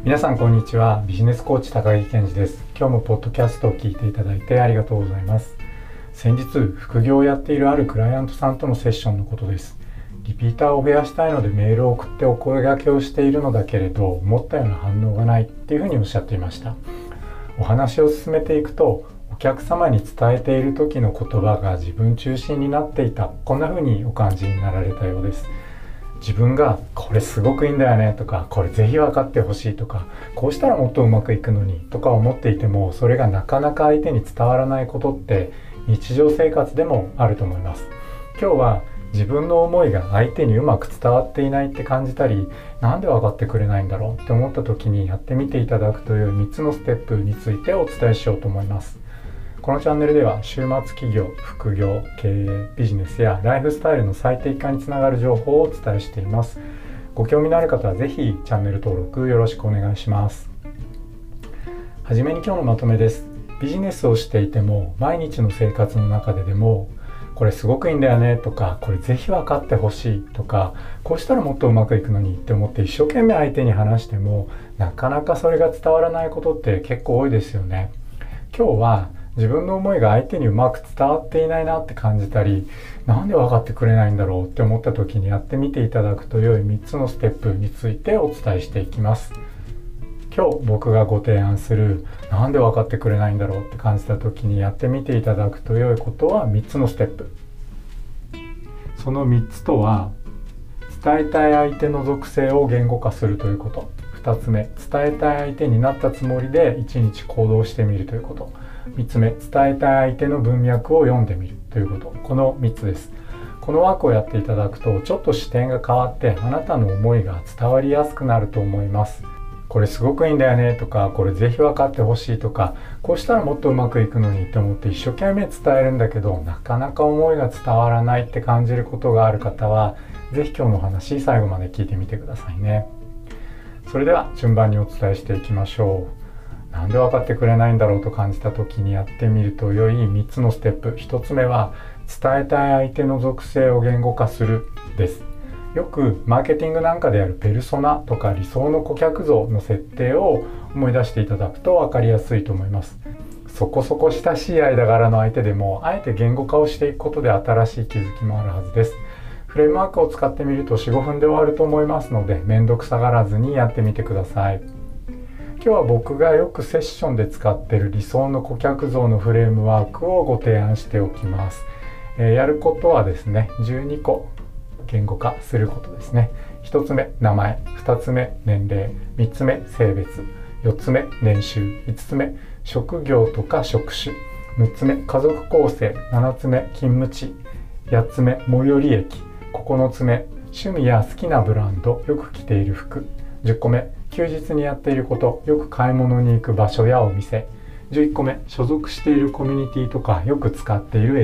皆さんこんにちは。ビジネスコーチ高木健二です。今日もポッドキャストを聞いていただいてありがとうございます。先日副業をやっているあるクライアントさんとのセッションのことです。リピーターを増やしたいのでメールを送ってお声掛けをしているのだけれど、思ったような反応がないっていうふうにおっしゃっていました。お話を進めていくと、お客様に伝えている時の言葉が自分中心になっていた、こんなふうにお感じになられたようです。自分がこれすごくいいんだよねとか、これぜひ分かってほしいとか、こうしたらもっとうまくいくのにとか思っていても、それがなかなか相手に伝わらないことって日常生活でもあると思います。今日は自分の思いが相手にうまく伝わっていないって感じたり、なんで分かってくれないんだろうって思った時にやってみていただくという3つのステップについてお伝えしようと思います。このチャンネルでは週末企業、副業、経営、ビジネスやライフスタイルの最適化につながる情報をお伝えしています。ご興味のある方はぜひチャンネル登録よろしくお願いします。はじめに今日のまとめです。ビジネスをしていても毎日の生活の中でもこれすごくいいんだよねとか、これぜひ分かってほしいとか、こうしたらもっとうまくいくのにって思って一生懸命相手に話してもなかなかそれが伝わらないことって結構多いですよね。今日は自分の思いが相手にうまく伝わっていないなって感じたり、なんで分かってくれないんだろうって思った時にやってみていただくと良い3つのステップについてお伝えしていきます。今日僕がご提案するなんで分かってくれないんだろうって感じた時にやってみていただくと良いことは3つのステップ。その3つとは、伝えたい相手の属性を言語化するということ。2つ目、伝えたい相手になったつもりで1日行動してみるということ。3つ目、伝えたい相手の文脈を読んでみるということ。この3つです。このワークをやっていただくとちょっと視点が変わってあなたの思いが伝わりやすくなると思います。これすごくいいんだよねとか、これぜひ分かってほしいとか、こうしたらもっとうまくいくのにって思って一生懸命伝えるんだけど、なかなか思いが伝わらないって感じることがある方は、ぜひ今日のお話最後まで聞いてみてくださいね。それでは順番にお伝えしていきましょう。なんで分かってくれないんだろうと感じた時にやってみると良い3つのステップ。1つ目は伝えたい相手の属性を言語化するです。よくマーケティングなんかでやるペルソナとか理想の顧客像の設定を思い出していただくと分かりやすいと思います。そこそこ親しい間柄の相手でもあえて言語化をしていくことで新しい気づきもあるはずです。フレームワークを使ってみると 4,5 分で終わると思いますので、めんどくさがらずにやってみてください。今日は僕がよくセッションで使っている理想の顧客像のフレームワークをご提案しておきます。やることはですね、12個言語化することですね。1つ目、名前。2つ目、年齢。3つ目、性別。4つ目、年収。5つ目、職業とか職種。6つ目、家族構成。7つ目、勤務地。8つ目、最寄り駅。9つ目、趣味や好きなブランド、よく着ている服。10個目、休日にやっていること、よく買い物に行く場所やお店。11個目、所属しているコミュニティとかよく使っている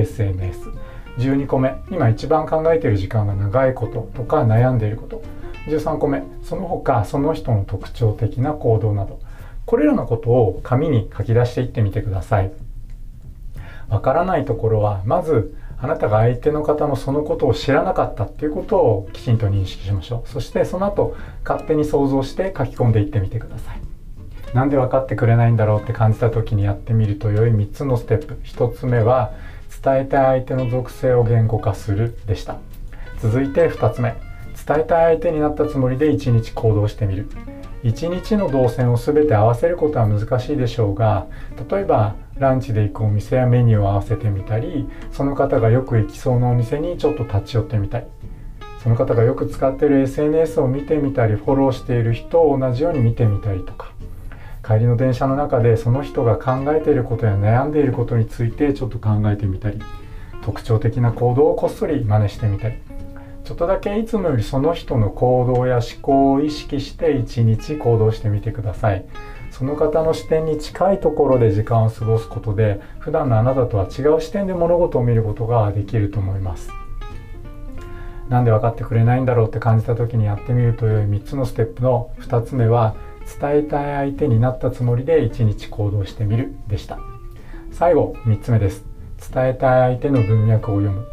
SNS。12個目、今一番考えている時間が長いこととか悩んでいること。13個目、その他その人の特徴的な行動など。これらのことを紙に書き出していってみてください。わからないところは、まずあなたが相手の方のそのことを知らなかったっていうことをきちんと認識しましょう。そしてその後勝手に想像して書き込んでいってみてください。なんで分かってくれないんだろうって感じた時にやってみると良い3つのステップ。1つ目は伝えたい相手の属性を言語化するでした。続いて2つ目、伝えたい相手になったつもりで1日行動してみる。1日の動線を全て合わせることは難しいでしょうが、例えばランチで行くお店やメニューを合わせてみたり、その方がよく行きそうなお店にちょっと立ち寄ってみたり、その方がよく使っている SNS を見てみたり、フォローしている人を同じように見てみたりとか、帰りの電車の中でその人が考えていることや悩んでいることについてちょっと考えてみたり、特徴的な行動をこっそり真似してみたり、ちょっとだけいつもよりその人の行動や思考を意識して1日行動してみてください。その方の視点に近いところで時間を過ごすことで、普段のあなたとは違う視点で物事を見ることができると思います。なんで分かってくれないんだろうって感じた時にやってみると良い3つのステップの2つ目は、伝えたい相手になったつもりで1日行動してみるでした。最後3つ目です。伝えたい相手の文脈を読む。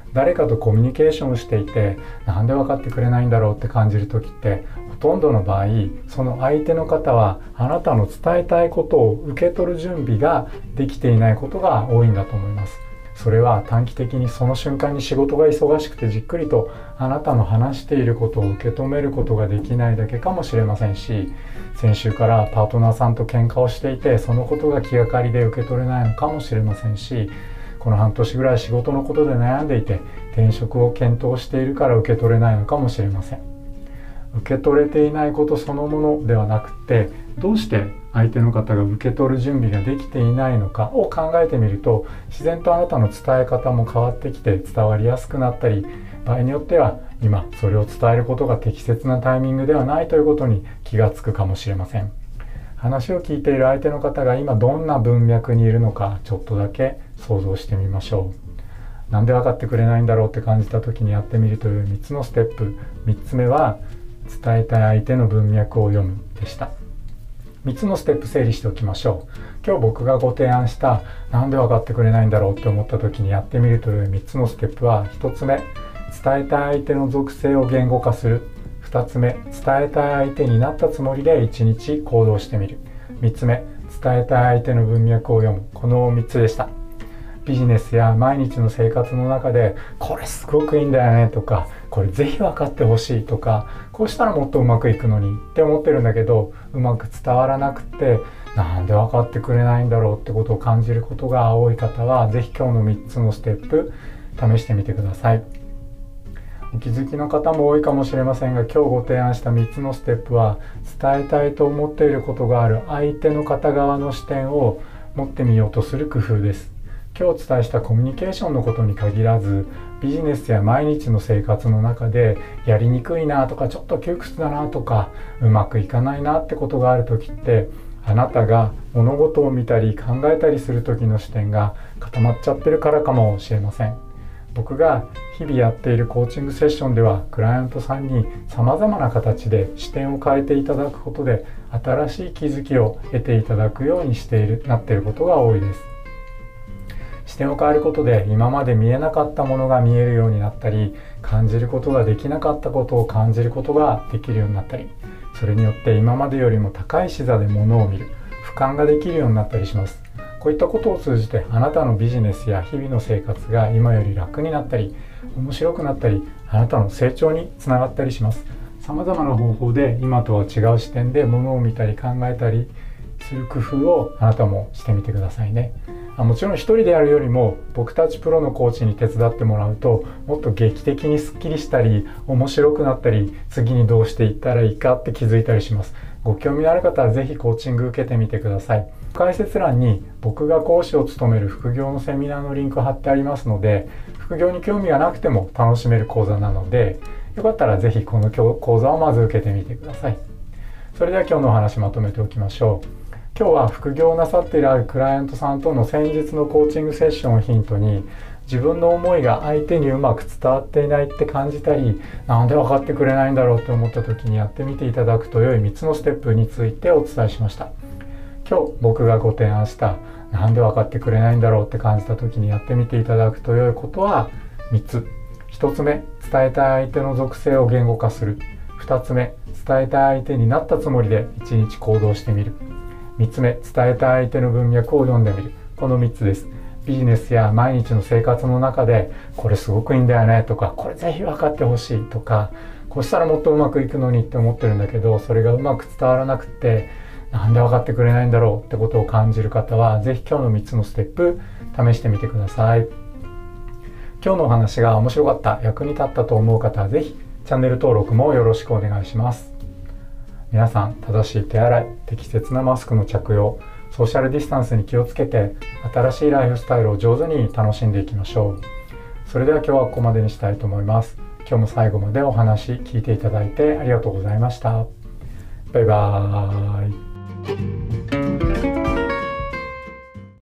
誰かとコミュニケーションをしていて、なんで分かってくれないんだろうって感じる時って、ほとんどの場合その相手の方はあなたの伝えたいことを受け取る準備ができていないことが多いんだと思います。それは短期的にその瞬間に仕事が忙しくてじっくりとあなたの話していることを受け止めることができないだけかもしれませんし、先週からパートナーさんと喧嘩をしていてそのことが気がかりで受け取れないのかもしれませんし、この半年ぐらい仕事のことで悩んでいて転職を検討しているから受け取れないのかもしれません。受け取れていないことそのものではなくて、どうして相手の方が受け取る準備ができていないのかを考えてみると、自然とあなたの伝え方も変わってきて伝わりやすくなったり、場合によっては今それを伝えることが適切なタイミングではないということに気がつくかもしれません。話を聞いている相手の方が今どんな文脈にいるのかちょっとだけ想像してみましょう。なんで分かってくれないんだろうって感じた時にやってみるという3つのステップ。3つ目は伝えたい相手の文脈を読むでした。3つのステップ整理しておきましょう。今日僕がご提案したなんで分かってくれないんだろうって思った時にやってみるという3つのステップは、1つ目、伝えたい相手の属性を言語化する。2つ目、伝えたい相手になったつもりで1日行動してみる。3つ目、伝えたい相手の文脈を読む。この3つでした。ビジネスや毎日の生活の中でこれすごくいいんだよねとか、これぜひ分かってほしいとか、こうしたらもっとうまくいくのにって思ってるんだけどうまく伝わらなくて、なんで分かってくれないんだろうってことを感じることが多い方は、ぜひ今日の3つのステップ試してみてください。お気づきの方も多いかもしれませんが、今日ご提案した3つのステップは伝えたいと思っていることがある相手の方側の視点を持ってみようとする工夫です。今日お伝えしたコミュニケーションのことに限らず、ビジネスや毎日の生活の中でやりにくいなとか、ちょっと窮屈だなとか、うまくいかないなってことがある時って、あなたが物事を見たり考えたりする時の視点が固まっちゃってるからかもしれません。僕が日々やっているコーチングセッションでは、クライアントさんに様々な形で視点を変えていただくことで新しい気づきを得ていただくようになっていることが多いです。視点を変えることで今まで見えなかったものが見えるようになったり、感じることができなかったことを感じることができるようになったり、それによって今までよりも高い視座で物を見る、俯瞰ができるようになったりします。こういったことを通じてあなたのビジネスや日々の生活が今より楽になったり、面白くなったり、あなたの成長につながったりします。様々な方法で今とは違う視点で物を見たり考えたりする工夫をあなたもしてみてくださいね。もちろん一人でやるよりも僕たちプロのコーチに手伝ってもらうと、もっと劇的にスッキリしたり面白くなったり、次にどうしていったらいいかって気づいたりします。ご興味のある方はぜひコーチング受けてみてください。解説欄に僕が講師を務める副業のセミナーのリンク貼ってありますので、副業に興味がなくても楽しめる講座なので、よかったらぜひこの講座をまず受けてみてください。それでは今日のお話まとめておきましょう。今日は副業をなさっているあるクライアントさんとの先日のコーチングセッションをヒントに、自分の思いが相手にうまく伝わっていないって感じたり、なんで分かってくれないんだろうって思った時にやってみていただくと良い3つのステップについてお伝えしました。今日僕がご提案したなんで分かってくれないんだろうって感じた時にやってみていただくと良いことは3つ。1つ目、伝えたい相手の属性を言語化する。2つ目、伝えたい相手になったつもりで1日行動してみる。3つ目、伝えたい相手の文脈を読んでみる。この3つです。ビジネスや毎日の生活の中でこれすごくいいんだよねとか、これぜひ分かってほしいとか、こうしたらもっとうまくいくのにって思ってるんだけど、それがうまく伝わらなくてなんで分かってくれないんだろうってことを感じる方は、ぜひ今日の3つのステップ試してみてください。今日のお話が面白かった、役に立ったと思う方はぜひチャンネル登録もよろしくお願いします。皆さん、正しい手洗い、適切なマスクの着用、ソーシャルディスタンスに気をつけて新しいライフスタイルを上手に楽しんでいきましょう。それでは今日はここまでにしたいと思います。今日も最後までお話聞いていただいてありがとうございました。バイバーイ。